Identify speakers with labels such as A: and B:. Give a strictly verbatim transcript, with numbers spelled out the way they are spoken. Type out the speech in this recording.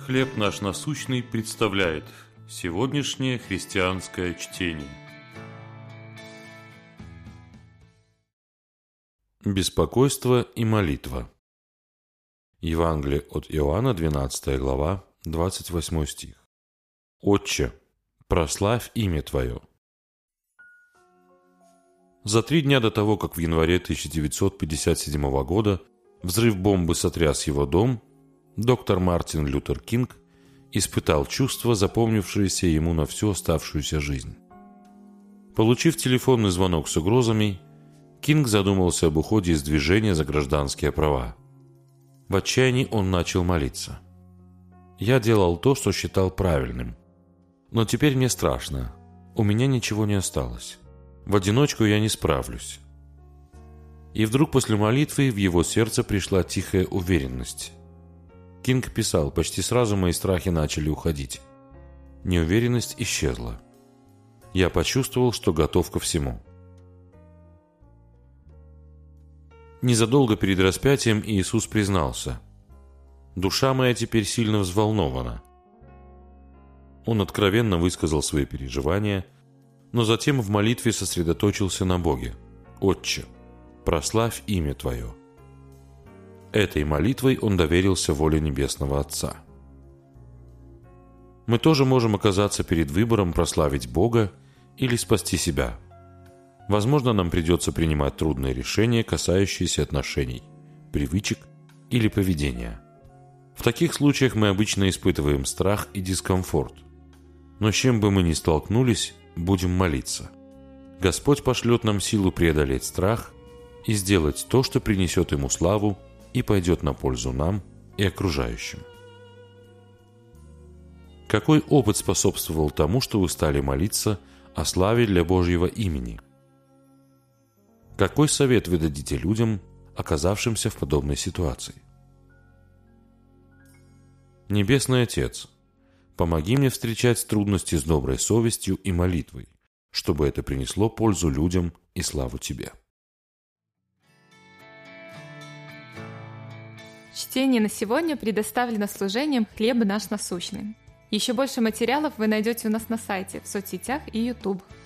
A: «Хлеб наш насущный» представляет сегодняшнее христианское чтение. Беспокойство и молитва. Евангелие от Иоанна, двенадцатая глава, двадцать восьмой стих. «Отче, прославь имя Твое». За три дня до того, как в январе тысяча девятьсот пятьдесят седьмого года взрыв бомбы сотряс его дом, доктор Мартин Лютер Кинг испытал чувство, запомнившееся ему на всю оставшуюся жизнь. Получив телефонный звонок с угрозами, Кинг задумался об уходе из движения за гражданские права. В отчаянии он начал молиться. «Я делал то, что считал правильным. Но теперь мне страшно. У меня ничего не осталось. В одиночку я не справлюсь». И вдруг после молитвы в его сердце пришла тихая уверенность. Кинг писал: «Почти сразу мои страхи начали уходить. Неуверенность исчезла. Я почувствовал, что готов ко всему». Незадолго перед распятием Иисус признался: «Душа моя теперь сильно взволнована». Он откровенно высказал свои переживания, но затем в молитве сосредоточился на Боге. «Отче, прославь имя Твое». Этой молитвой он доверился воле Небесного Отца. Мы тоже можем оказаться перед выбором прославить Бога или спасти себя. Возможно, нам придется принимать трудные решения, касающиеся отношений, привычек или поведения. В таких случаях мы обычно испытываем страх и дискомфорт. Но с чем бы мы ни столкнулись, будем молиться. Господь пошлет нам силу преодолеть страх и сделать то, что принесет Ему славу и пойдет на пользу нам и окружающим. Какой опыт способствовал тому, что вы стали молиться о славе для Божьего имени? Какой совет вы дадите людям, оказавшимся в подобной ситуации? Небесный Отец, помоги мне встречать трудности с доброй совестью и молитвой, чтобы это принесло пользу людям и славу Тебе.
B: Чтение на сегодня предоставлено служением «Хлеб наш насущный». Еще больше материалов вы найдете у нас на сайте, в соцсетях и YouTube.